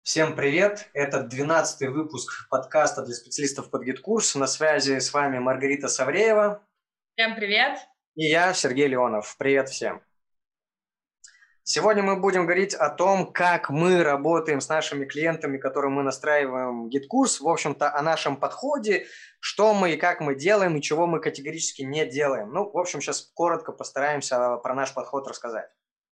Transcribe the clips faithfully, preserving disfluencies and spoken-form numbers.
Всем привет! Это двенадцатый выпуск подкаста для специалистов под гид-курс. На связи с вами Маргарита Савреева. Всем привет! И я, Сергей Леонов. Привет всем! Сегодня мы будем говорить о том, как мы работаем с нашими клиентами, которым мы настраиваем гид-курс, в общем-то, о нашем подходе, что мы и как мы делаем, и чего мы категорически не делаем. Ну, в общем, сейчас коротко постараемся про наш подход рассказать.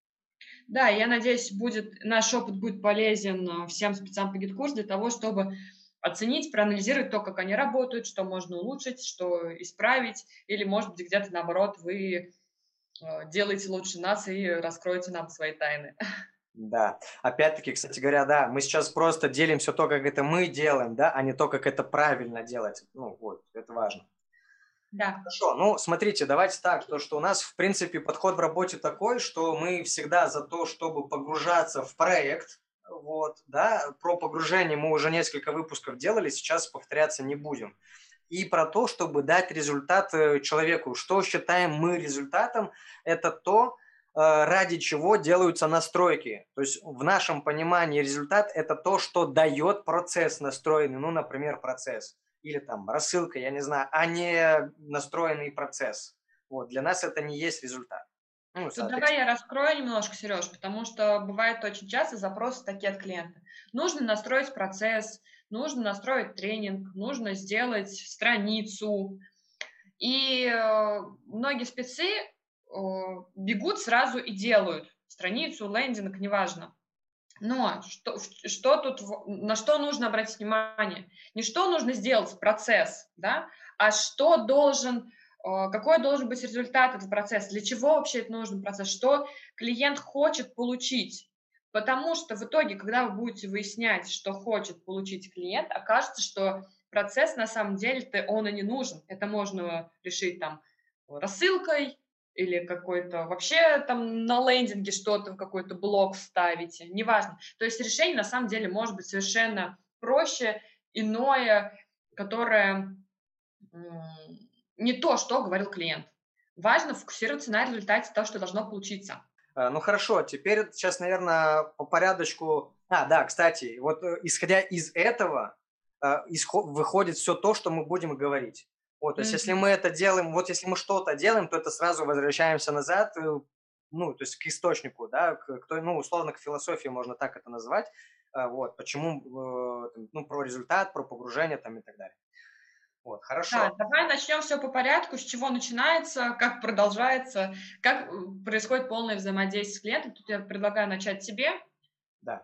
Да, я надеюсь, будет, наш опыт будет полезен всем специалистам по гид-курс для того, чтобы оценить, проанализировать то, как они работают, что можно улучшить, что исправить, или, может быть, где-то, наоборот, вы делаете лучше нас и раскроете нам свои тайны. Да, опять-таки, кстати говоря, да, мы сейчас просто делимся то, как это мы делаем, да, а не то, как это правильно делать. Ну, вот, это важно. Да. Хорошо, ну, смотрите, давайте так, то, что у нас, в принципе, подход в работе такой, что мы всегда за то, чтобы погружаться в проект, вот, да, про погружение мы уже несколько выпусков делали, сейчас повторяться не будем. И про то, чтобы дать результат человеку. Что считаем мы результатом, это то, ради чего делаются настройки. То есть в нашем понимании результат – это то, что дает процесс настроенный, ну, например, процесс. Или там рассылка, я не знаю, а не настроенный процесс. Вот, для нас это не есть результат. Ну, Тут давай соответственно. я раскрою немножко, Сереж, потому что бывает очень часто запросы такие от клиента. Нужно настроить процесс, нужно настроить тренинг, нужно сделать страницу. И э, многие спецы э, бегут сразу и делают страницу, лендинг, неважно. Но что, что тут, на что нужно обратить внимание? Не что нужно сделать, процесс, да, а что должен, какой должен быть результат этого процесса, для чего вообще это нужен процесс, что клиент хочет получить. Потому что в итоге, когда вы будете выяснять, что хочет получить клиент, окажется, что процесс на самом деле-то он и не нужен. Это можно решить там рассылкой, или какой-то вообще там на лендинге что-то, какой-то блок вставите, неважно. То есть решение на самом деле может быть совершенно проще, иное, которое не то, что говорил клиент. Важно фокусироваться на результате того, что должно получиться. Ну хорошо, теперь сейчас, наверное, по порядочку. А, да, кстати, вот исходя из этого исход, выходит все то, что мы будем говорить. Вот, то есть, если мы это делаем, вот если мы что-то делаем, то это сразу возвращаемся назад, ну, то есть к источнику, да, к, к той, ну, условно, к философии можно так это назвать. Вот, почему, ну, про результат, про погружение там и так далее. Вот, Да, хорошо. давай начнем все по порядку, с чего начинается, как продолжается, как происходит полное взаимодействие с клиентом. Тут я предлагаю начать тебе. Да.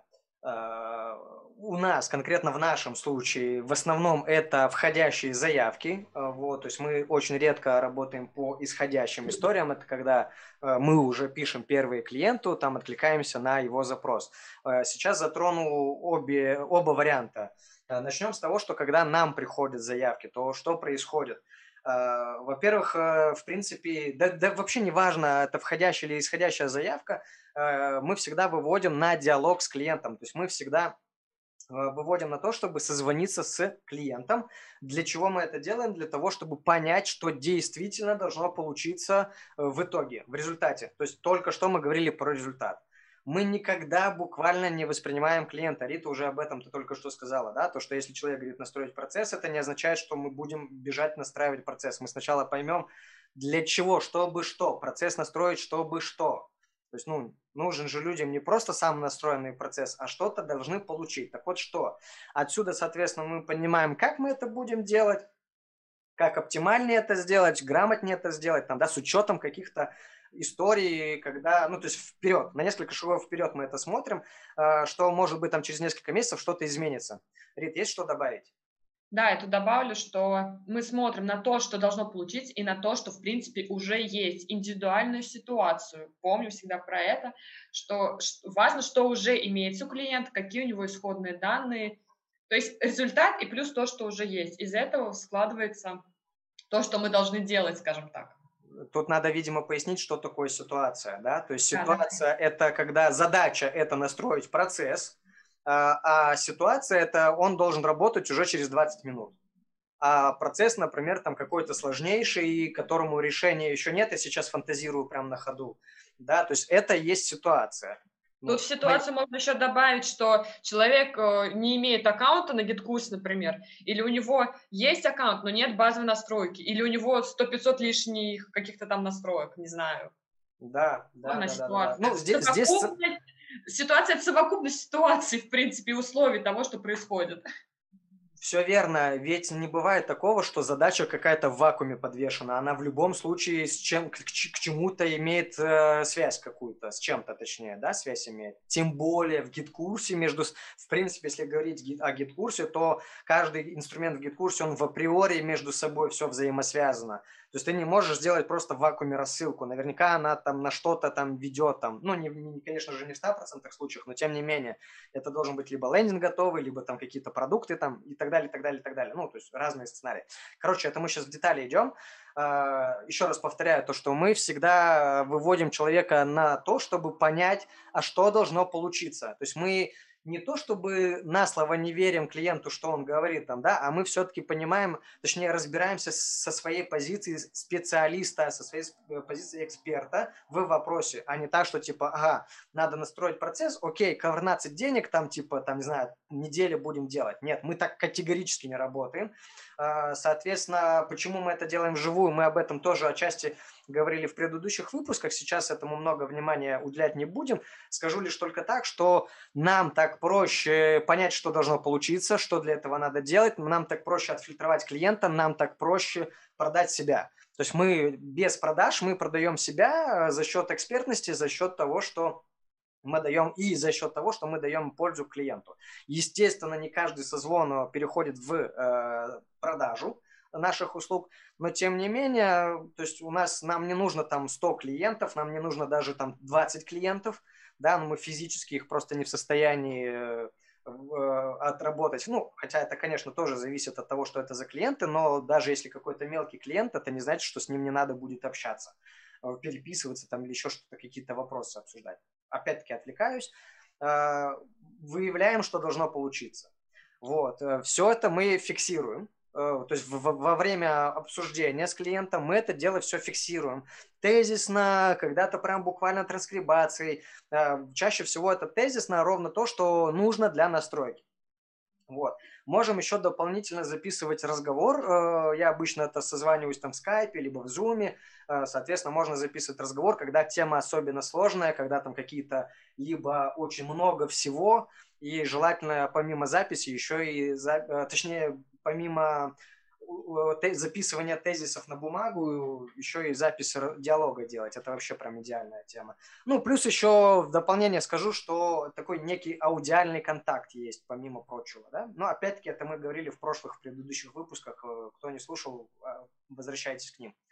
У нас, конкретно в нашем случае, в основном это входящие заявки. Вот, то есть мы очень редко работаем по исходящим историям. Это когда мы уже пишем первые клиенту, там откликаемся на его запрос. Сейчас затрону обе, оба варианта. Начнем с того, что когда нам приходят заявки, то что происходит? Во-первых, в принципе, да, да вообще не важно, это входящая или исходящая заявка, мы всегда выводим на диалог с клиентом. То есть мы всегда выводим на то, чтобы созвониться с клиентом. Для чего мы это делаем? Для того, чтобы понять, что действительно должно получиться в итоге, в результате. То есть только что мы говорили про результат. Мы никогда буквально не воспринимаем клиента. Рита уже об этом ты только что сказала, да, то, что если человек говорит настроить процесс, это не означает, что мы будем бежать настраивать процесс. Мы сначала поймем, для чего, чтобы что, процесс настроить, чтобы что. То есть, ну, нужен же людям не просто сам настроенный процесс, а что-то должны получить. Так вот что? Отсюда, соответственно, мы понимаем, как мы это будем делать, как оптимальнее это сделать, грамотнее это сделать, там, да, с учетом каких-то историй, когда, ну, то есть вперед, на несколько шагов вперед мы это смотрим, что, может быть, там через несколько месяцев что-то изменится. Рит, есть что добавить? Да, я тут добавлю, что мы смотрим на то, что должно получить, и на то, что, в принципе, уже есть, индивидуальную ситуацию. Помню всегда про это, что важно, что уже имеется у клиента, какие у него исходные данные. То есть результат и плюс то, что уже есть. Из этого складывается то, что мы должны делать, скажем так. Тут надо, видимо, пояснить, что такое ситуация, да? То есть Да, да. ситуация – это когда задача – это настроить процесс, а, а ситуация – это он должен работать уже через двадцать минут. А процесс, например, там какой-то сложнейший, которому решения еще нет, я сейчас фантазирую прямо на ходу, да, то есть это есть ситуация. Тут в Ну, мои... ситуацию можно еще добавить, что человек э, не имеет аккаунта на GitKurs, например, или у него есть аккаунт, но нет базовой настройки, или у него сто пятьсот лишних каких-то там настроек, не знаю. Да, да, Сложная да, да, да, да. Ну, ситуация. здесь, здесь Совокупность, ситуация– это совокупность ситуаций, в принципе, и условий того, что происходит. все верно, ведь не бывает такого, что задача какая-то в вакууме подвешена. Она в любом случае с чем, к, ч- к чему-то имеет э, связь какую-то, с чем-то точнее, да, связь имеет. Тем более в гид-курсе между... с- В принципе, если говорить ги- о гид-курсе, то каждый инструмент в гид-курсе, он в априори между собой все взаимосвязано. То есть ты не можешь сделать просто в вакууме рассылку. Наверняка она там на что-то там ведет, там, ну, не, не- конечно же, не в ста процентах случаях, но тем не менее. Это должен быть либо лендинг готовый, либо там какие-то продукты там и так далее, и так далее, и так далее. Ну, то есть разные сценарии. Короче, это мы сейчас в детали идем. А, Еще раз повторяю то, что мы всегда выводим человека на то, чтобы понять, а что должно получиться. То есть мы не то чтобы на слово не верим клиенту, что он говорит там, да, а мы все-таки понимаем, точнее разбираемся со своей позиции специалиста, со своей э, позиции эксперта в вопросе, а не так, что типа, ага, надо настроить процесс, окей, ковернадцать денег, там типа, там, не знаю, неделю будем делать. Нет, мы так категорически не работаем. А, Соответственно, почему мы это делаем вживую, мы об этом тоже отчасти говорили в предыдущих выпусках, сейчас этому много внимания уделять не будем. Скажу лишь только так, что нам так проще понять, что должно получиться, что для этого надо делать, нам так проще отфильтровать клиента, нам так проще продать себя. То есть мы без продаж, мы продаем себя за счет экспертности, за счет того, что мы даем и за счет того, что мы даем пользу клиенту. Естественно, не каждый созвон переходит в э, продажу наших услуг, но тем не менее, то есть у нас, нам не нужно там сто клиентов, нам не нужно даже там двадцать клиентов, да, но мы физически их просто не в состоянии э, в- отработать. Ну, хотя это, конечно, тоже зависит от того, что это за клиенты, но даже если какой-то мелкий клиент, это не значит, что с ним не надо будет общаться, э, переписываться там или еще что-то, какие-то вопросы обсуждать. Опять-таки отвлекаюсь. Э, Выявляем, что должно получиться. Вот. Все это мы фиксируем. Э, То есть в- в- во время обсуждения с клиентом мы это дело все фиксируем. Тезисно, когда-то прям буквально транскрибацией. Э, Чаще всего это тезисно ровно то, что нужно для настройки. Вот. Можем еще дополнительно записывать разговор. Э, Я обычно это созваниваюсь там в скайпе, либо в зуме. Э, Соответственно, можно записывать разговор, когда тема особенно сложная, когда там какие-то либо очень много всего, и желательно помимо записи еще и, за- э, точнее, помимо у- те- записывания тезисов на бумагу, еще и запись р- диалога делать. Это вообще прям идеальная тема. Ну, плюс еще в дополнение скажу, что такой некий аудиальный контакт есть, помимо прочего, да. Но опять-таки это мы говорили в прошлых, в предыдущих выпусках. Э, Кто не слушал, э, возвращайтесь к ним.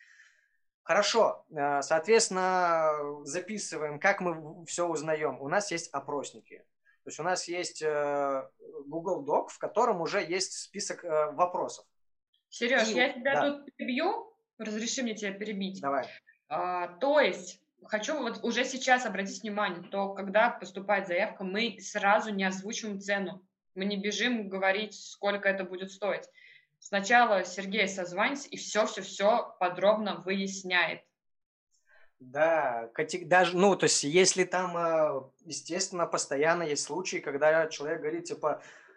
Хорошо, э, соответственно, записываем, как мы все узнаем. У нас есть опросники. То есть у нас есть э, Google Doc, в котором уже есть список э, вопросов. Сереж, И я тебя да, тут перебью, разреши мне тебя перебить. давай. А, то есть, хочу вот уже сейчас обратить внимание, то когда поступает заявка, мы сразу не озвучиваем цену. Мы не бежим говорить, сколько это будет стоить. Сначала Сергей созванится и все-все-все подробно выясняет. Да, кате- даже, ну, то есть, если там, э, естественно, постоянно есть случаи, когда человек говорит, типа,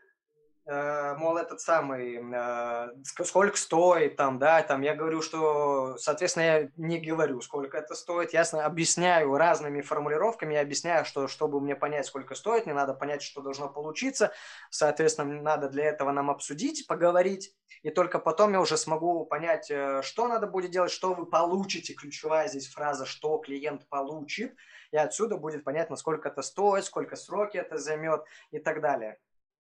э, мол, этот самый, э, ск- сколько стоит там, да, там, я говорю, что, соответственно, я не говорю, сколько это стоит, ясно, объясняю разными формулировками, я объясняю, что, чтобы мне понять, сколько стоит, мне надо понять, что должно получиться, соответственно, надо для этого нам обсудить, поговорить, и только потом я уже смогу понять, э, что надо будет делать, что вы получите, ключевая здесь фраза, что клиент получит, и отсюда будет понятно, сколько это стоит, сколько сроки это займет и так далее.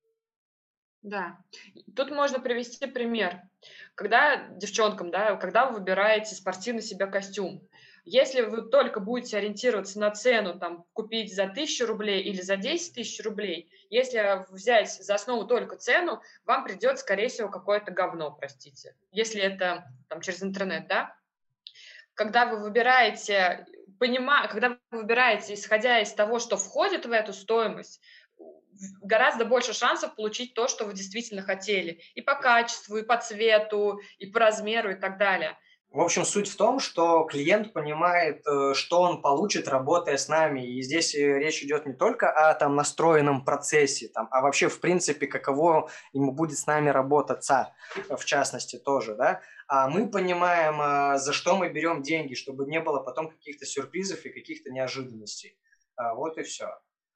Да. Тут можно привести пример. Когда девчонкам, да, когда вы выбираете спортивный себе костюм, если вы только будете ориентироваться на цену, там, купить за тысячу рублей или за десять тысяч рублей, если взять за основу только цену, вам придет, скорее всего, какое-то говно, простите. Если это там через интернет, да? Когда вы выбираете, понима... когда вы выбираете, исходя из того, что входит в эту стоимость, гораздо больше шансов получить то, что вы действительно хотели. И по качеству, и по цвету, и по размеру, и так далее. В общем, суть в том, что клиент понимает, э, что он получит, работая с нами. И здесь э, речь идет не только о там, настроенном процессе, там, а вообще, в принципе, каково ему будет с нами работаться, в частности, тоже. Да? А мы понимаем, а, за что мы берем деньги, чтобы не было потом каких-то сюрпризов и каких-то неожиданностей. А, Вот и все.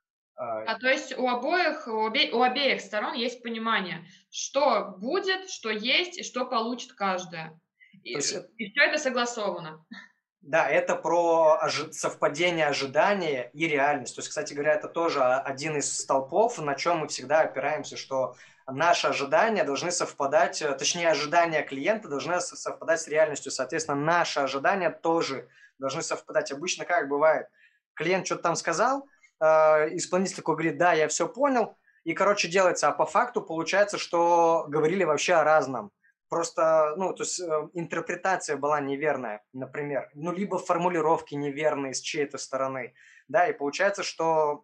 А то есть у обоих, у обе у обеих сторон есть понимание, что будет, что есть и что получит каждая. И То есть и всё это согласовано. Да, это про ожи совпадение ожидания и реальность. То есть, кстати говоря, это тоже а, один из столпов, на чем мы всегда опираемся, что наши ожидания должны совпадать, э, точнее, ожидания клиента должны со совпадать с реальностью. Соответственно, наши ожидания тоже должны совпадать. Обычно как бывает? Клиент что то там сказал, а, исполнитель такой говорит: "Да, я все понял". И, короче, делается, а по факту получается, что говорили вообще о разном. Просто, ну, то есть, э, интерпретация была неверная, например. Ну, либо формулировки неверные с чьей-то стороны. Да, и получается, что,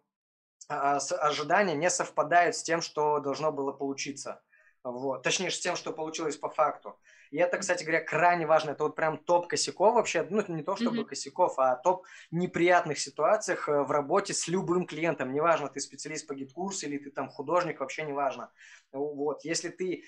а, с ожидания не совпадают с тем, что должно было получиться. Вот. Точнее, с тем, что получилось по факту. И это, кстати говоря, крайне важно. Это вот прям топ косяков вообще. Ну, это не то чтобы Мгм. косяков, а топ неприятных ситуациях э, в работе с любым клиентом. Неважно, ты специалист по гид-курсу или ты там художник, вообще неважно. Вот. Если ты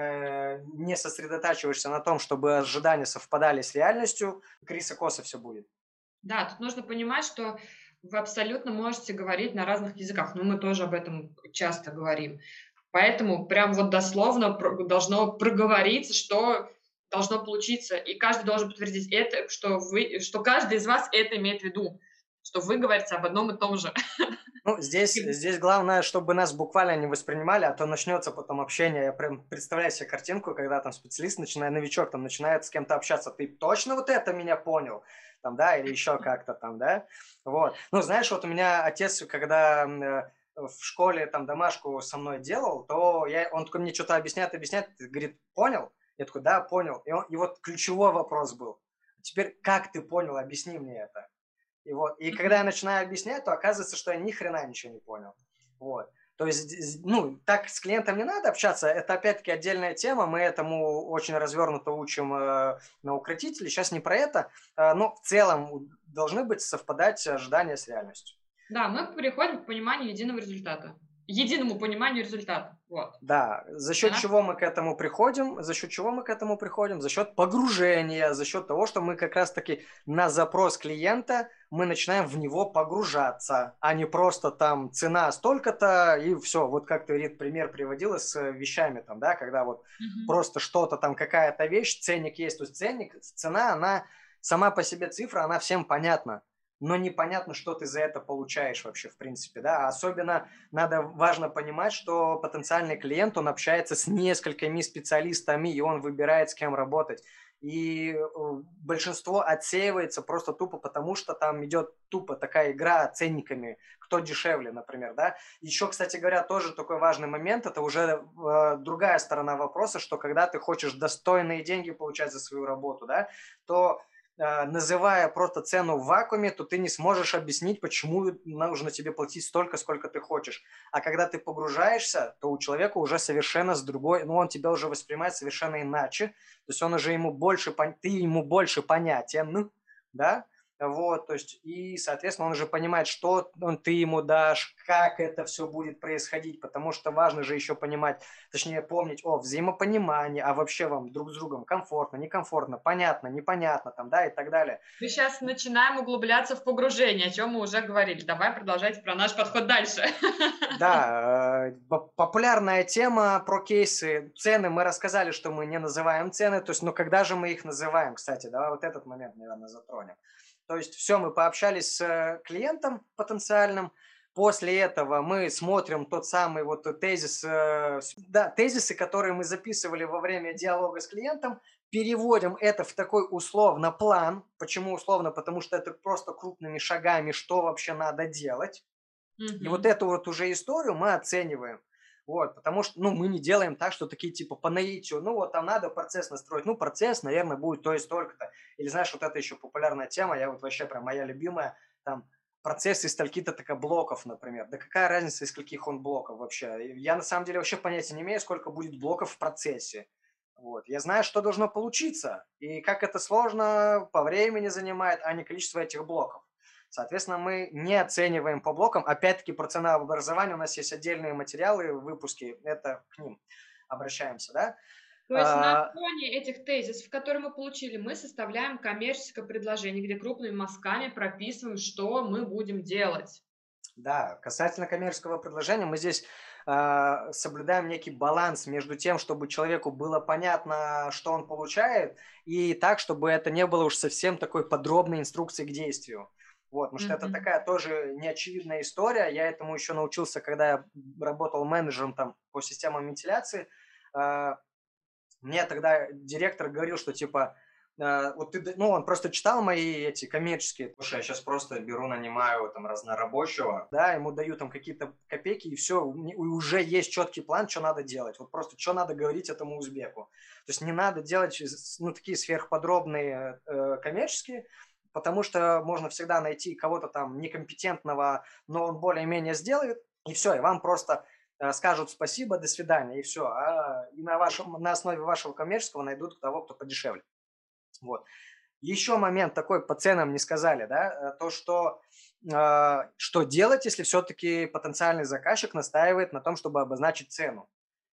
э, не сосредотачиваешься на том, чтобы ожидания совпадали с реальностью, криса-коса все будет. Да, тут нужно понимать, что вы абсолютно можете говорить на разных языках. Ну, мы тоже об этом часто говорим. Поэтому прям вот дословно про должно проговориться, что должно получиться. И каждый должен подтвердить это, что вы что каждый из вас это имеет в виду, что вы говорите об одном и том же. Ну, здесь, И здесь главное, чтобы нас буквально не воспринимали, а то начнется потом общение. Я прям представляю себе картинку, когда там специалист, начинает, новичок, там начинает с кем-то общаться. Ты точно вот это меня понял? Там, да, или еще как-то там, да? Вот. Ну, знаешь, вот у меня отец, когда м, э, в школе там домашку со мной делал, то я, он такой мне что-то объясняет, объясняет, говорит: понял? Я такой: да, понял. И, он, и вот ключевой вопрос был: теперь как ты понял, объясни мне это. И вот, и когда я Мгм. начинаю объяснять, то оказывается, что я ни хрена ничего не понял. Вот. То есть, з- ну, так с клиентом не надо общаться, это опять-таки отдельная тема, мы этому очень развернуто учим э, на укротителе, сейчас не про это, э, но в целом у- должны быть совпадать ожидания с реальностью. Да, мы переходим к пониманию единого результата. Единому пониманию результата. Вот. Да, за Для счет нас чего мы к этому приходим? За счет чего мы к этому приходим? За счет погружения, за счет того, что мы как раз-таки на запрос клиента мы начинаем в него погружаться, а не просто там цена столько-то и все. Вот как ты, Рит, пример приводила с э, вещами там, да, когда вот Мгм. просто что-то там, какая-то вещь, ценник есть, то есть ценник, цена, она сама по себе цифра, она всем понятна, но непонятно, что ты за это получаешь вообще в принципе, да, особенно надо важно понимать, что потенциальный клиент, он общается с несколькими специалистами, и он выбирает, с кем работать. И э, большинство отсеивается просто тупо потому, что там идет тупо такая игра ценниками, кто дешевле, например, да. Еще, кстати говоря, тоже такой важный момент, это уже э, другая сторона вопроса, что когда ты хочешь достойные деньги получать за свою работу, да, то э, называя просто цену в вакууме, то ты не сможешь объяснить, почему нужно тебе платить столько, сколько ты хочешь. А когда ты погружаешься, то у человека уже совершенно с другой, ну, он тебя уже воспринимает совершенно иначе. То есть он уже ему больше, пон- ты ему больше понятен, да, вот, то есть, и, соответственно, он уже понимает, что он, ты ему дашь, как это все будет происходить, потому что важно же еще понимать, точнее, помнить о взаимопонимании, а вообще вам друг с другом комфортно, некомфортно, понятно, непонятно, там, да, и так далее. мы сейчас начинаем углубляться в погружение, о чем мы уже говорили. Давай продолжать про наш подход дальше. Да, э, поп популярная тема про кейсы. Цены мы рассказали, что мы не называем цены. То есть, ну, когда же мы их называем, кстати? Давай вот этот момент, наверное, затронем. То есть все, мы пообщались с э, клиентом потенциальным. После этого мы смотрим тот самый вот тезис, э, с да, тезисы, которые мы записывали во время диалога с клиентом, переводим это в такой условно план. Почему условно? Потому что это просто крупными шагами, что вообще надо делать. И вот Мгм. эту вот уже историю мы оцениваем. Вот, потому что, ну, мы не делаем так, что такие типа по наитию, ну, вот там надо процесс настроить, ну, процесс, наверное, будет то и столько-то. Или знаешь, вот это еще популярная тема, я вот вообще прям моя любимая, там, процесс из стольки-то така блоков, например. Да какая разница, из скольких он блоков вообще? Я на самом деле вообще понятия не имею, сколько будет блоков в процессе. Вот. Я знаю, что должно получиться, и как это сложно по времени занимает, а не количество этих блоков. Соответственно, мы не оцениваем по блокам. Опять-таки, про ценообразование у нас есть отдельные материалы, выпуски, это к ним обращаемся, да? То есть на А, фоне этих тезисов, которые мы получили, мы составляем коммерческое предложение, где крупными мазками прописываем, что мы будем делать. Да, касательно коммерческого предложения, мы здесь а, соблюдаем некий баланс между тем, чтобы человеку было понятно, что он получает, и так, чтобы это не было уж совсем такой подробной инструкцией к действию. Вот, потому что это Мгм. такая тоже неочевидная история. Я этому еще научился, когда я работал менеджером там по системам вентиляции. А, Мне тогда директор говорил, что типа, э, вот ты, д- ну, он просто читал мои эти коммерческие. Слушай, я сейчас просто беру, нанимаю там разнорабочего. Да, ему даю там какие-то копейки, и все, уже есть четкий план, что надо делать. Вот просто что надо говорить этому узбеку. То есть не надо делать, с- ну, такие сверхподробные э, коммерческие, потому что можно всегда найти кого-то там некомпетентного, но он более-менее сделает, и все, и вам просто э, скажут спасибо, до свидания, и все. А, и на, вашем, на основе вашего коммерческого найдут того, кто подешевле. Вот. Еще момент такой, по ценам не сказали, да, э, то, что э, что делать, если все-таки потенциальный заказчик настаивает на том, чтобы обозначить цену.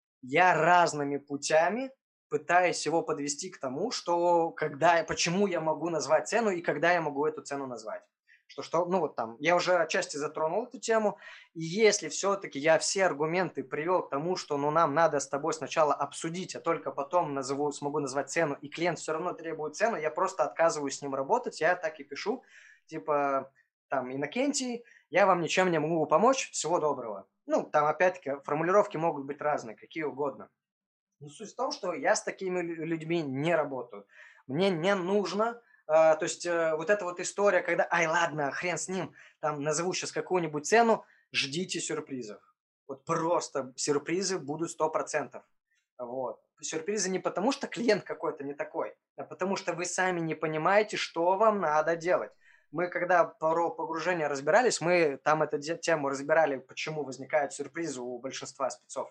Я разными путями пытаюсь его подвести к тому, что когда, почему я могу назвать цену и когда я могу эту цену назвать. Что, что, ну вот там, я уже отчасти затронул эту тему, и если все-таки я все аргументы привел к тому, что ну нам надо с тобой сначала обсудить, а только потом назову, смогу назвать цену, и клиент все равно требует цену, я просто отказываюсь с ним работать, я так и пишу, типа, там, Иннокентий, я вам ничем не могу помочь, всего доброго. Ну, там, опять-таки, формулировки могут быть разные, какие угодно. Но суть в том, что я с такими лю- людьми не работаю. Мне не нужно, а, то есть э, вот эта вот история, когда, ай, ладно, хрен с ним, там, назову сейчас какую-нибудь цену, ждите сюрпризов. Вот просто сюрпризы будут сто процентов. Вот. Сюрпризы не потому, что клиент какой-то не такой, а потому что вы сами не понимаете, что вам надо делать. Мы когда про погружение разбирались, мы там эту де- тему разбирали, почему возникают сюрпризы у большинства спецов.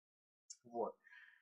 Вот.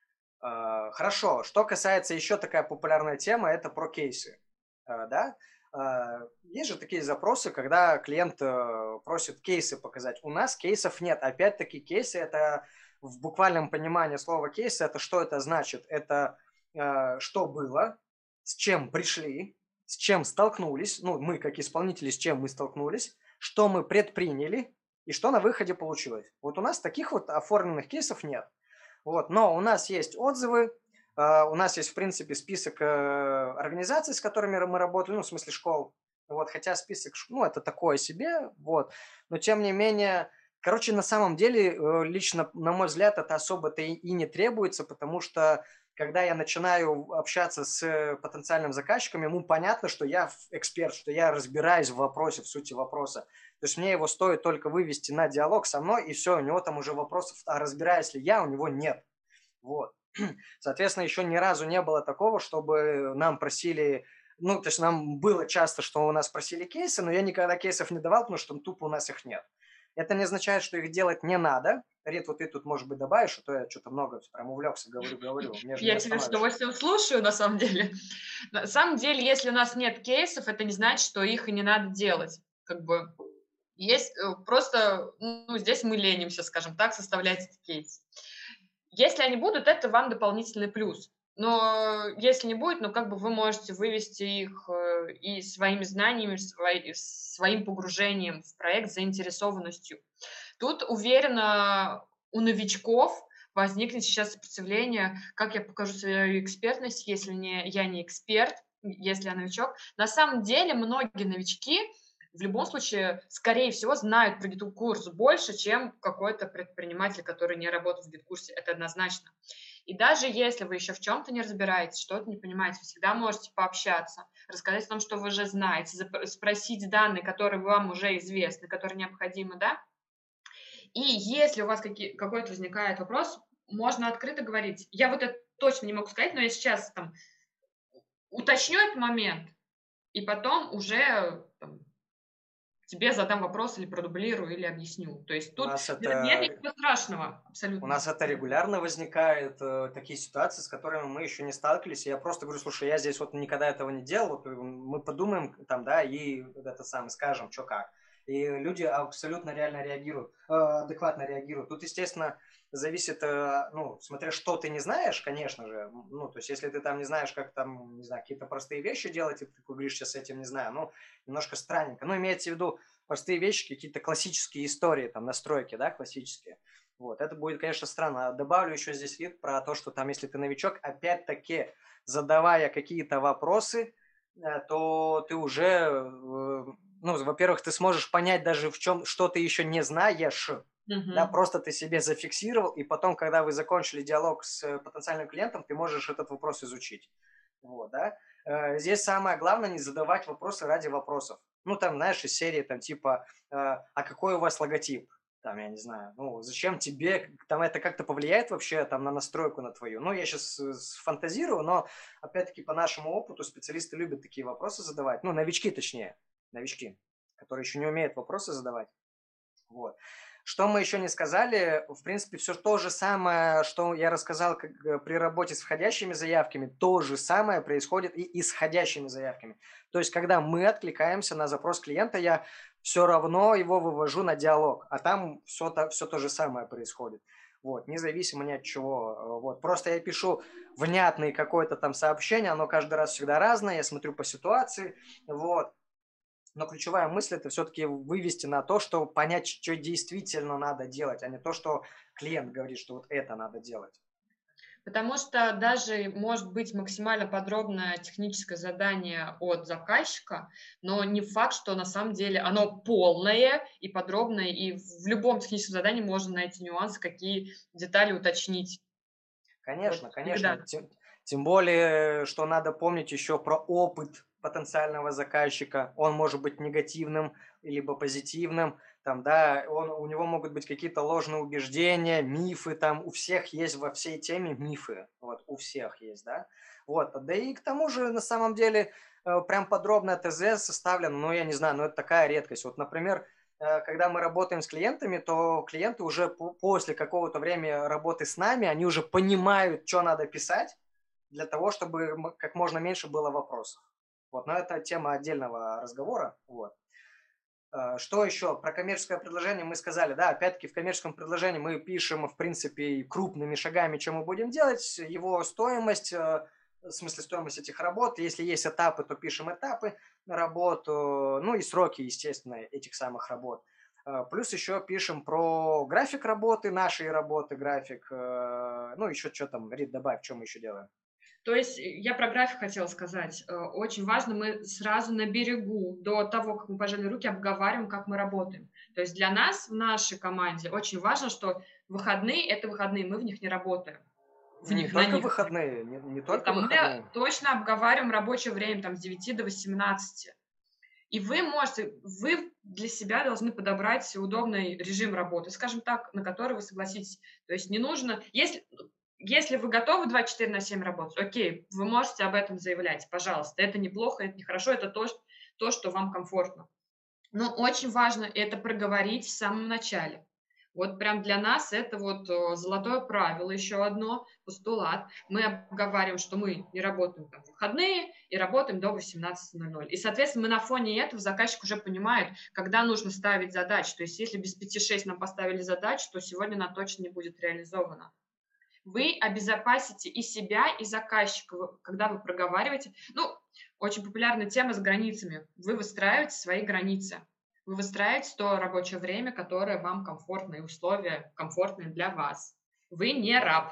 А, Хорошо, что касается еще такая популярная тема, это про кейсы. А, Да? А, Есть же такие запросы, когда клиент э, просит кейсы показать. У нас кейсов нет. Опять-таки кейсы это в буквальном понимании слова кейсы, это что это значит? Это э, что было, с чем пришли, с чем столкнулись, ну мы как исполнители, с чем мы столкнулись, что мы предприняли и что на выходе получилось. Вот у нас таких вот оформленных кейсов нет. Вот, но у нас есть отзывы, а, у нас есть, в принципе, список э, организаций, с которыми мы работали, ну, в смысле школ. Вот, хотя список, ш- ну, это такое себе, вот. Но, тем не менее, короче, на самом деле, э, лично, на мой взгляд, это особо-то и, и не требуется, потому что, когда я начинаю общаться с э, потенциальным заказчиком, ему понятно, что я ф- эксперт, что я разбираюсь в вопросе, в сути вопроса. То есть мне его стоит только вывести на диалог со мной, и все, у него там уже вопросов, а разбираюсь ли я, у него нет. Вот. Соответственно, еще ни разу не было такого, чтобы нам просили, ну, то есть нам было часто, что у нас просили кейсы, но я никогда кейсов не давал, потому что тупо у нас их нет. Это не означает, что их делать не надо. Рит, вот ты тут, может быть, добавишь, а то я что-то много прям увлекся, говорю-говорю, мне же не Я тебя с остановишь. удовольствием слушаю, на самом деле. На самом деле, если у нас нет кейсов, это не значит, что их и не надо делать. Как бы есть э, просто, ну, здесь мы ленимся, скажем так, составлять эти кейсы. Если они будут, это вам дополнительный плюс. Но если не будет, ну, как бы вы можете вывести их э, и своими знаниями, свои- своим погружением в проект, заинтересованностью. Тут, уверена, у новичков возникнет сейчас сопротивление, как я покажу свою экспертность, если не, я не эксперт, если я новичок. На самом деле многие новички в любом случае, скорее всего, знают про гид-курс больше, чем какой-то предприниматель, который не работает в гид-курсе. Это однозначно. И даже если вы еще в чем-то не разбираетесь, что-то не понимаете, вы всегда можете пообщаться, рассказать о том, что вы уже знаете, спросить данные, которые вам уже известны, которые необходимы, да, и если у вас какие, какой-то возникает вопрос, можно открыто говорить. Я вот это точно не могу сказать, но я сейчас там уточню этот момент, и потом уже там, тебе задам вопрос или продублирую, или объясню. То есть У тут нас нет нет это ничего страшного У абсолютно. нас это регулярно возникает, э, такие ситуации, с которыми мы еще не сталкивались. И я просто говорю: "Слушай, я здесь вот никогда этого не делал, вот, э, мы подумаем там, да, и вот это самое, скажем, чё как". И люди абсолютно реально реагируют, э, адекватно реагируют. Тут, естественно, зависит, э, ну, смотря что ты не знаешь, конечно же. М, ну, то есть, если ты там не знаешь, как там, не знаю, какие-то простые вещи делать, и ты говоришь: "Щас с этим не знаю", ну, немножко странненько. Ну, имеется в виду простые вещи, какие-то классические истории, там, настройки, да, классические. Вот, это будет, конечно, странно. А добавлю еще здесь вид про то, что там, если ты новичок, опять-таки, задавая какие-то вопросы, э, то ты уже, э, ну, во-первых, ты сможешь понять даже в чем, что ты еще не знаешь, да, Мгм. просто ты себе зафиксировал, и потом, когда вы закончили диалог с э, потенциальным клиентом, ты можешь этот вопрос изучить. Вот, да. Э, Здесь самое главное не задавать вопросы ради вопросов. Ну, там, знаешь, из серии, там, типа, э, а какой у вас логотип? Там, я не знаю, ну, зачем тебе, там это как-то повлияет вообще там на настройку на твою? Ну, я сейчас фантазирую, но, опять-таки, по нашему опыту специалисты любят такие вопросы задавать. Ну, новички, точнее, новички, которые еще не умеют вопросы задавать. Вот. Что мы еще не сказали, в принципе, все то же самое, что я рассказал как, э, при работе с входящими заявками, то же самое происходит и исходящими заявками. То есть, когда мы откликаемся на запрос клиента, я все равно его вывожу на диалог, а там все то, все то же самое происходит. Вот, независимо ни от чего. Э, Вот. Просто я пишу внятное какое-то там сообщение, оно каждый раз всегда разное, я смотрю по ситуации, вот. Но ключевая мысль это все-таки вывести на то, что понять, что действительно надо делать, а не то, что клиент говорит, что вот это надо делать. Потому что даже может быть максимально подробное техническое задание от заказчика, но не факт, что на самом деле оно полное и подробное, и в любом техническом задании можно найти нюансы, какие детали уточнить. Вот Конечно, всегда. конечно. Тем, тем более, что надо помнить еще про опыт потенциального заказчика. Он может быть негативным либо позитивным. Там, да, он, у него могут быть какие-то ложные убеждения, мифы. Там у всех есть во всей теме мифы. Вот, у всех есть, да. Вот, да и к тому же, на самом деле, э, прям подробное ТЗ составлено, ну, я не знаю, но это такая редкость. Вот, например, э, когда мы работаем с клиентами, то клиенты уже по- после какого-то времени работы с нами, они уже понимают, что надо писать для того, чтобы м- как можно меньше было вопросов. Вот, но это тема отдельного разговора. Вот. Э, Что еще? Про коммерческое предложение мы сказали. Да, опять-таки в коммерческом предложении мы пишем, в принципе, крупными шагами, что мы будем делать, его стоимость, э, в смысле стоимость этих работ. Если есть этапы, то пишем этапы работ, э, ну и сроки, естественно, этих самых работ. Э, Плюс еще пишем про график работы, нашей работы, график, э, ну еще что там, Рит, добавь, что мы еще делаем. То есть э, я про график хотела сказать. Э, Очень важно, мы сразу на берегу, до того, как мы пожали руки, обговариваем, как мы работаем. То есть для нас в нашей команде очень важно, что выходные– это выходные, мы в них не работаем. В Не них, на только них. выходные, не, не И только там мы выходные. точно обговариваем рабочее время там, с девяти до восемнадцати. И вы можете, вы для себя должны подобрать удобный режим работы, скажем так, на который вы согласитесь. То есть не нужно, если, если вы готовы двадцать четыре на семь работать, окей, вы можете об этом заявлять, пожалуйста. Это неплохо, это нехорошо, это то, ш- то, что вам комфортно. Но очень важно это проговорить в самом начале. Вот прям для нас это вот э, золотое правило, еще одно, постулат. Мы обговариваем, что мы не работаем там в выходные и работаем до восемнадцати ноль ноль. И, соответственно, мы на фоне этого заказчик уже понимает, когда нужно ставить задачи. То есть если без пяти шесть нам поставили задачу, то сегодня она точно не будет реализована. Вы обезопасите и себя, и заказчика, вы- когда вы проговариваете. Ну, очень популярная тема с границами. Вы выстраиваете свои границы. Вы выстраиваете то рабочее время, которое вам комфортно, и условия комфортные для вас. Вы не раб.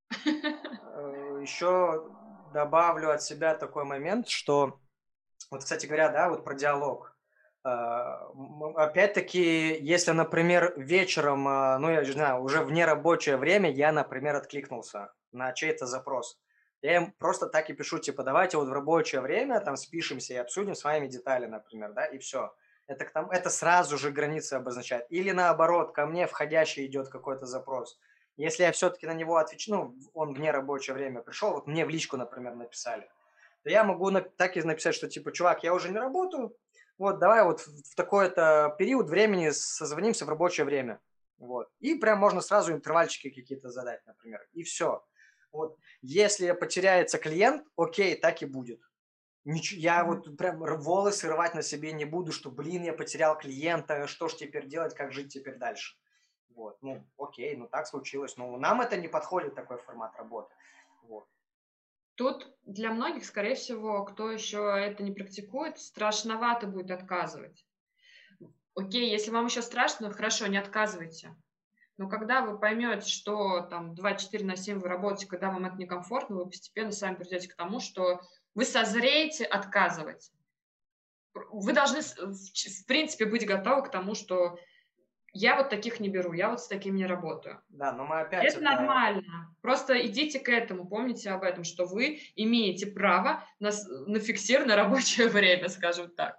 Э, Еще добавлю от себя такой момент, что вот, кстати говоря, да, вот про диалог. А, м, Опять-таки, если, например, вечером, а, ну, я не знаю, уже в нерабочее время я, например, откликнулся на чей-то запрос. Я им просто так и пишу, типа, давайте вот в рабочее время там спишемся и обсудим с вами детали, например, да, и все. Это, к тому, это сразу же границы обозначает. Или наоборот, ко мне входящий идет какой-то запрос. Если я все-таки на него отвечу, ну, он в нерабочее время пришел, вот мне в личку, например, написали, то я могу на- так и написать, что типа, чувак, я уже не работаю, вот давай вот в в такой-то период времени созвонимся в рабочее время. Вот. И прям можно сразу интервальчики какие-то задать, например, и все. Вот. Если потеряется клиент, окей, так и будет. Нич я Мгм. вот прям р волосы рвать на себе не буду, что, блин, я потерял клиента, что ж теперь делать, как жить теперь дальше? Вот, ну, окей, ну так случилось. Но нам это не подходит, такой формат работы. Вот. Тут для многих, скорее всего, кто еще это не практикует, страшновато будет отказывать. Окей, если вам еще страшно, хорошо, не отказывайте. Но когда вы поймете, что там двадцать четыре на семь вы работаете, когда вам это некомфортно, вы постепенно сами придете к тому, что вы созреете отказывать. Вы должны, с- в ч- в принципе, быть готовы к тому, что я вот таких не беру, я вот с таким не работаю. Да, но мы И опять это это нормально. Просто идите к этому, помните об этом, что вы имеете право на, с- на фиксированное рабочее время, скажем так.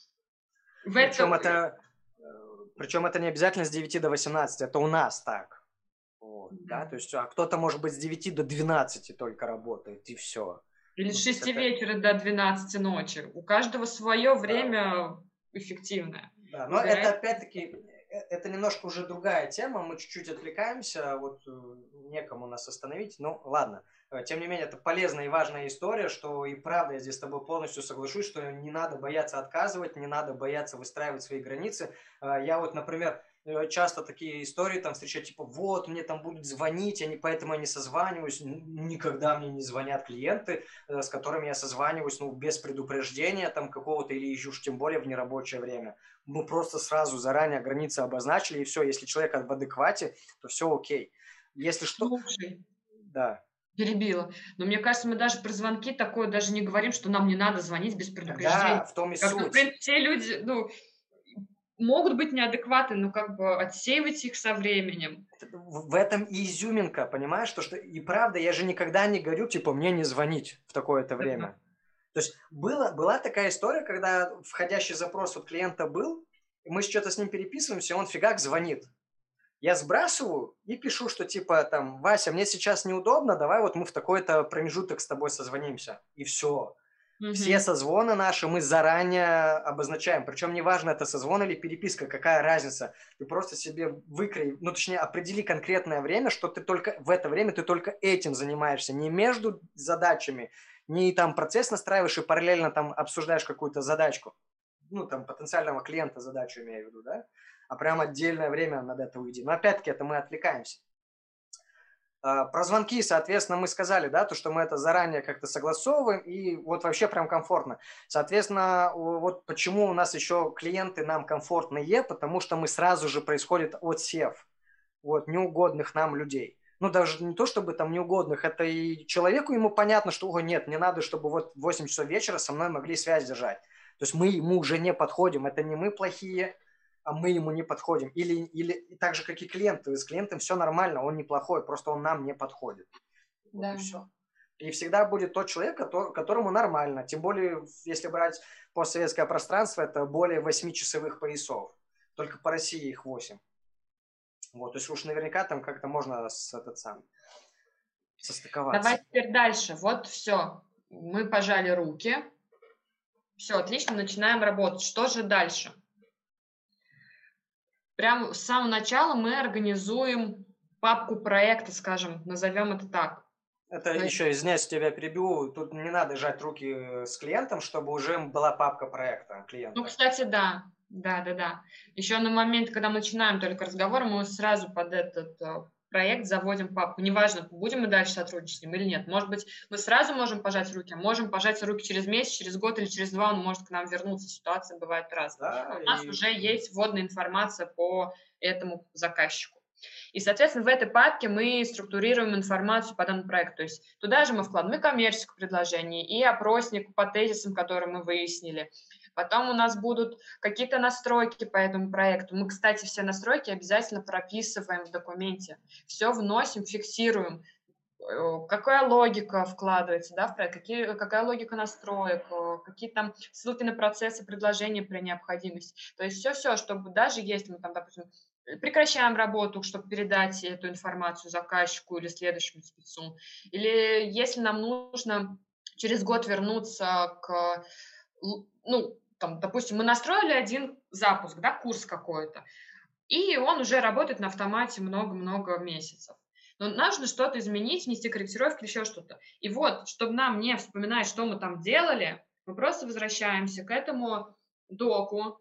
В это, причем это, э, причем это не обязательно с девяти до восемнадцати, это у нас так. Вот, да. да, то есть, а кто-то, может быть, с девяти до двенадцати только работает, и все. Или с Ну, то есть шести это вечера до двенадцати ночи. У каждого свое да. время эффективное. Да, но это Выбирайте. опять-таки, э, это немножко уже другая тема, мы чуть-чуть отвлекаемся, вот э, некому нас остановить, ну ладно. Э, Тем не менее, это полезная и важная история, что и правда я здесь с тобой полностью соглашусь, что не надо бояться отказывать, не надо бояться выстраивать свои границы. Э, Я вот, например, э, часто такие истории там встречаю, типа, вот, мне там будут звонить, я не, поэтому я не созваниваюсь, Н- никогда мне не звонят клиенты, э, с которыми я созваниваюсь, ну, без предупреждения там какого-то или еще уж тем более в нерабочее время. Мы просто сразу заранее границы обозначили, и все. Если человек в адеквате, то все окей. Если что, Слушай, да. перебила. Но мне кажется, мы даже про звонки такое даже не говорим, что нам не надо звонить без предупреждения. Да, в том и Как-то, в суть. принципе, все люди, ну, могут быть неадекватны, но как бы отсеивать их со временем. В в этом и изюминка, понимаешь? То, что и правда, я же никогда не говорю, типа, мне не звонить в такое-то Да. время. То есть было, была такая история, когда входящий запрос от клиента был, и мы что-то с ним переписываемся, и он фигак звонит. Я сбрасываю и пишу, что типа там, Вася, мне сейчас неудобно, давай вот мы в такой-то промежуток с тобой созвонимся. И все. Все Мгм. созвоны наши мы заранее обозначаем. Причем неважно, это созвон или переписка, какая разница. Ты просто себе выкрой, ну точнее определи конкретное время, что ты только в это время ты только этим занимаешься. Не между задачами, не там процесс настраиваешь и параллельно там обсуждаешь какую-то задачку. Ну там потенциального клиента задачу имею в виду, да? А прям отдельное время над это уйди. Но опять-таки это мы отвлекаемся. А, Про звонки, соответственно, мы сказали, да, то, что мы это заранее как-то согласовываем, и вот вообще прям комфортно. Соответственно, о, вот почему у нас еще клиенты нам комфортные, потому что мы сразу же происходит отсев вот неугодных нам людей. Ну, даже не то, чтобы там неугодных, это и человеку ему понятно, что, ого, нет, мне надо, чтобы вот в восемь часов вечера со мной могли связь держать. То есть мы ему уже не подходим, это не мы плохие, а мы ему не подходим. Или, или так же, как и клиенты. С клиентом все нормально, он неплохой, просто он нам не подходит. Вот и Да. все. И всегда будет тот человек, кото- которому нормально. Тем более, если брать постсоветское пространство, это более восьмичасовых поясов. Только по России их восемь. Вот, то есть уж наверняка там как-то можно с этот сам Давай состыковаться. теперь дальше. Вот все. Мы пожали руки. Все, отлично, начинаем работать. Что же дальше? Прямо с самого начала мы организуем папку проекта, скажем, назовем это так. Это То есть, еще, извиняюсь, тебя перебью, тут не надо жать руки э, с клиентом, чтобы уже была папка проекта ну, клиента. кстати, да, да-да-да. Еще на момент, когда мы начинаем только разговор, мы сразу под этот э, проект заводим папку. Неважно, будем мы дальше сотрудничать с ним или нет. Может быть, мы сразу можем пожать руки, а можем пожать руки через месяц, через год или через два, он может к нам вернуться. Ситуация бывает разная. Но Да, у нас и уже есть вводная информация по этому заказчику. И, соответственно, в этой папке мы структурируем информацию по данному проекту. То есть туда же мы вкладываем и коммерческое предложение, и опросник по тезисам, которые мы выяснили. Потом у нас будут какие-то настройки по этому проекту. Мы, кстати, все настройки обязательно прописываем в документе. Все вносим, фиксируем. Э, Какая логика вкладывается, да, в проект, какие, какая логика настроек, э, какие там ссылки на процессы, предложения при необходимости. То есть все-все, чтобы даже если мы там, допустим, прекращаем работу, чтобы передать эту информацию заказчику или следующему спецу, или если нам нужно через год вернуться к, ну, там, допустим, мы настроили один запуск, да, курс какой-то, и он уже работает на автомате много-много месяцев. Но нужно что-то изменить, внести корректировки или еще что-то. И вот, чтобы нам не вспоминать, что мы там делали, мы просто возвращаемся к этому доку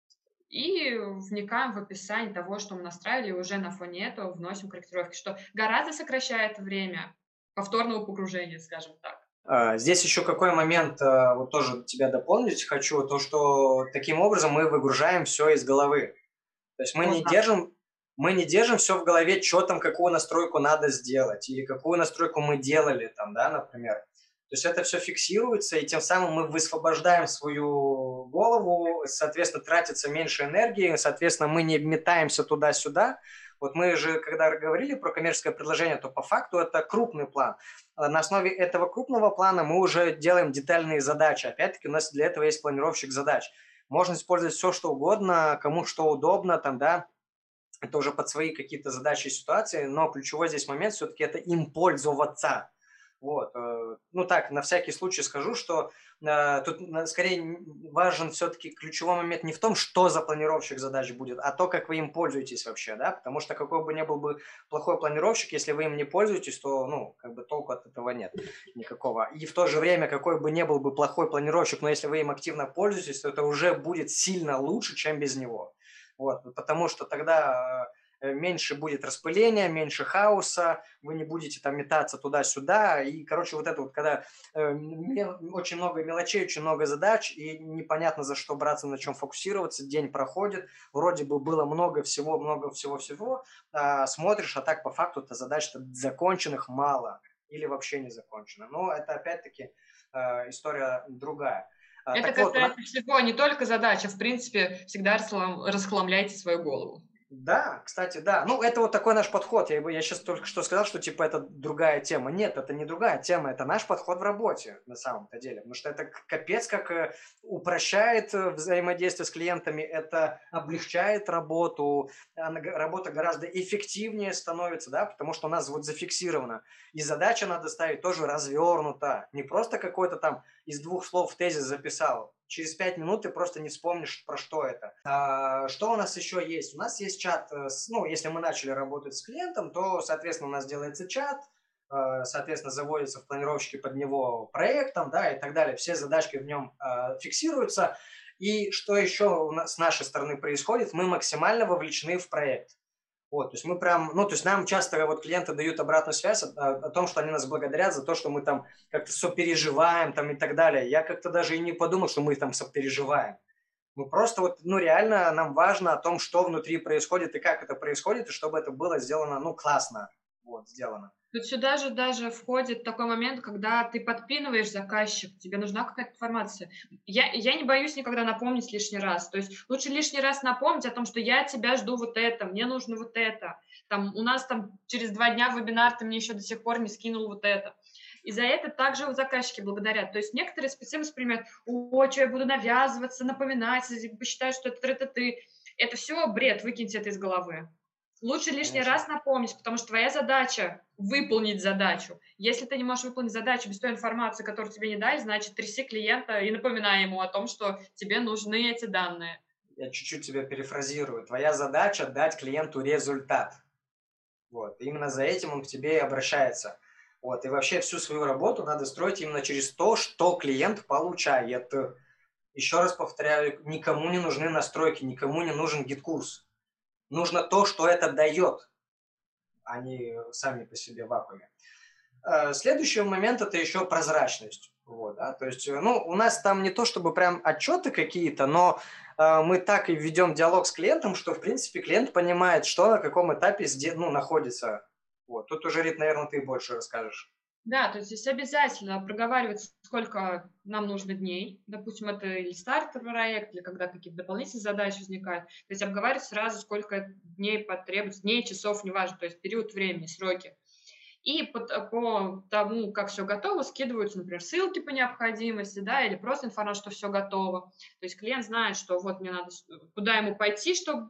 и вникаем в описание того, что мы настраивали, и уже на фоне этого вносим корректировки, что гораздо сокращает время повторного погружения, скажем так. А, Здесь еще какой момент, а, вот тоже тебя дополнить хочу, то, что таким образом мы выгружаем все из головы. То есть мы О, не да. держим, мы не держим все в голове, что там, какую настройку надо сделать, или какую настройку мы делали там, да, например. То есть это все фиксируется, и тем самым мы высвобождаем свою голову, соответственно, тратится меньше энергии, соответственно, мы не метаемся туда-сюда. Вот мы же, когда говорили про коммерческое предложение, то по факту это крупный план. А на основе этого крупного плана мы уже делаем детальные задачи. Опять-таки у нас для этого есть планировщик задач. Можно использовать все, что угодно, кому что удобно, там, да, это уже под свои какие-то задачи и ситуации, но ключевой здесь момент все-таки это им пользоваться. Вот. э, Ну так, на всякий случай скажу, что э, тут на- скорее н- важен все-таки ключевой момент не в том, что за планировщик задач будет, а то, как вы им пользуетесь вообще, да, потому что какой бы ни был бы плохой планировщик, если вы им не пользуетесь, то, ну, как бы толку от этого нет никакого. И в то же время, какой бы ни был бы плохой планировщик, но если вы им активно пользуетесь, то это уже будет сильно лучше, чем без него. Вот, потому что тогда э, меньше будет распыления, меньше хаоса, вы не будете там метаться туда-сюда. И, короче, вот это вот, когда э, мел- очень много мелочей, очень много задач, и непонятно за что браться, на чем фокусироваться, день проходит, вроде бы было много всего, много всего-всего, а смотришь, а так по факту-то задач-то законченных мало или вообще не закончено. Но это опять-таки э, история другая. А, Это Так вот, у нас касается всего, не только задач, а в принципе всегда расхлам- расхламляйте свою голову. Да, кстати, да. Ну, это вот такой наш подход. Я, бы- я сейчас только что сказал, что типа это другая тема. Нет, это не другая тема, это наш подход в работе на самом-то деле. Потому что это к- капец как э, упрощает э, взаимодействие с клиентами, это облегчает работу, она г- работа гораздо эффективнее становится, да, потому что у нас вот зафиксировано. И задача надо ставить тоже развернута. Не просто какой-то там из двух слов тезис записал. Через пять минут ты просто не вспомнишь, про что это. А, что у нас еще есть? У нас есть чат, э, с- ну, если мы начали работать с клиентом, то, соответственно, у нас делается чат, э, соответственно, заводится в планировщике под него проектом, да, и так далее. Все задачки в нем э, фиксируются. И что еще у нас, с нашей стороны происходит? Мы максимально вовлечены в проект. Вот, то есть мы прям, ну, то есть нам часто вот клиенты дают обратную связь о, о том, что они нас благодарят за то, что мы там как-то сопереживаем там и так далее. Я как-то даже и не подумал, что мы там сопереживаем. Мы просто вот, ну, реально нам важно о том, что внутри происходит и как это происходит, и чтобы это было сделано, ну, классно, вот, сделано. Тут сюда же даже входит такой момент, когда ты подпинываешь заказчик, тебе нужна какая-то информация. Я, я не боюсь никогда напомнить лишний раз. То есть лучше лишний раз напомнить о том, что я от тебя жду вот это, мне нужно вот это. Там, у нас там через два дня вебинар, ты мне еще до сих пор не скинул вот это. И за это также у заказчики благодарят. То есть некоторые специально воспринимают, о, что я буду навязываться, напоминать, посчитают, что это это ты. Это все бред, выкиньте это из головы. Лучше лишний Конечно. раз напомнить, потому что твоя задача — выполнить задачу. Если ты не можешь выполнить задачу без той информации, которую тебе не дали, значит, тряси клиента и напоминай ему о том, что тебе нужны эти данные. Я чуть-чуть тебя перефразирую. Твоя задача дать клиенту результат. Вот. И именно за этим он к тебе и обращается. Вот. И вообще всю свою работу надо строить именно через то, что клиент получает. Еще раз повторяю, никому не нужны настройки, никому не нужен гид-курс. Нужно то, что это дает, а не сами по себе в вакууме. Э, Следующий момент – это еще прозрачность. Вот, да? То есть, э, ну, у нас там не то чтобы прям отчеты какие-то, но э, мы так и ведем диалог с клиентом, что, в принципе, клиент понимает, что на каком этапе сде- ну, находится. Вот. Тут уже, Рит, наверное, ты больше расскажешь. Да, то есть здесь обязательно проговаривать, сколько нам нужно дней. Допустим, это или стартовый проект, или когда какие-то дополнительные задачи возникают. То есть обговаривать сразу, сколько дней потребуется, дней, часов, неважно, то есть период времени, сроки. И по, по тому, как все готово, скидываются, например, ссылки по необходимости, да, или просто информация, что все готово. То есть клиент знает, что вот мне надо, куда ему пойти, чтобы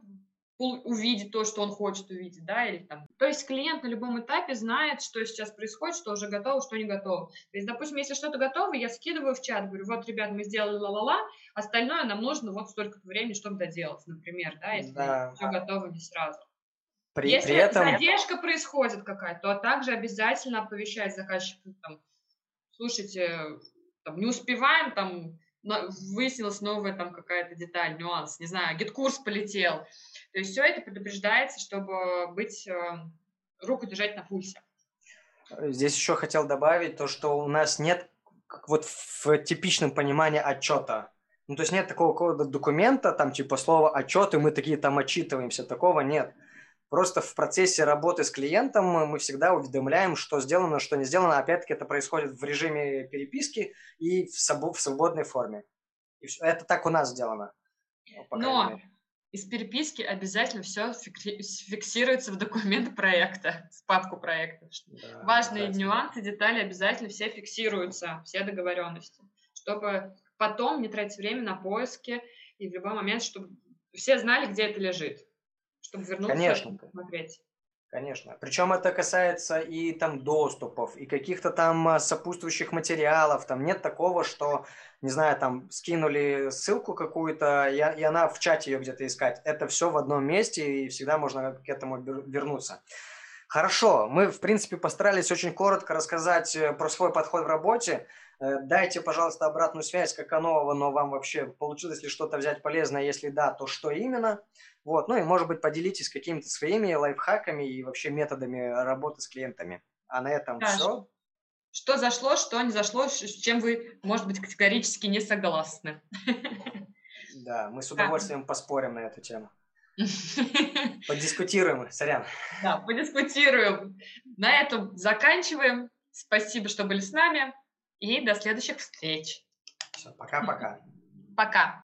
увидеть то, что он хочет увидеть, да, или там. То есть клиент на любом этапе знает, что сейчас происходит, что уже готово, что не готово. То есть, допустим, если что-то готово, я скидываю в чат, говорю, вот, ребят, мы сделали ла-ла-ла, остальное нам нужно вот столько-то времени, чтобы доделать, например, да, если Да. все готово не сразу. При, Если при этом... задержка происходит какая-то, то также обязательно оповещать заказчика, там, слушайте, там, не успеваем, там, выяснилась новая там какая-то деталь, нюанс, не знаю, гид-курс полетел. То есть все это предупреждается, чтобы быть, э, руку держать на пульсе. Здесь еще хотел добавить то, что у нас нет как вот в типичном понимании отчета. Ну, то есть нет такого какого-то документа, там типа слова отчет, и мы такие там отчитываемся. Такого нет. Просто в процессе работы с клиентом мы всегда уведомляем, что сделано, что не сделано. Опять-таки это происходит в режиме переписки и в, своб- в свободной форме. И всё. Это так у нас сделано. По крайней Но мере. из переписки обязательно все фиксируется в документ проекта, в папку проекта. Да, Важные обязательно. нюансы, детали обязательно все фиксируются, все договоренности, чтобы потом не тратить время на поиски и в любой момент, чтобы все знали, где это лежит, чтобы вернуться Конечно. и посмотреть. Конечно. Причем это касается и там доступов, и каких-то там а, сопутствующих материалов. Там нет такого, что, не знаю, там скинули ссылку какую-то, и, и она в чате ее где-то искать. Это все в одном месте, и всегда можно к этому вер- вернуться. Хорошо, мы, в принципе, постарались очень коротко рассказать э, про свой подход в работе. Э, Дайте, пожалуйста, обратную связь, как оно, оно вам вообще получилось ли что-то взять полезное, если да, то что именно. Вот, ну и, может быть, поделитесь какими-то своими лайфхаками и вообще методами работы с клиентами. А на этом Да, ш- все. что зашло, что не зашло, ш- с чем вы, может быть, категорически не согласны. Да, мы с Да. удовольствием поспорим на эту тему. Подискутируем, сорян. Да, подискутируем. На этом заканчиваем. Спасибо, что были с нами. И до следующих встреч. Все, пока-пока. Пока.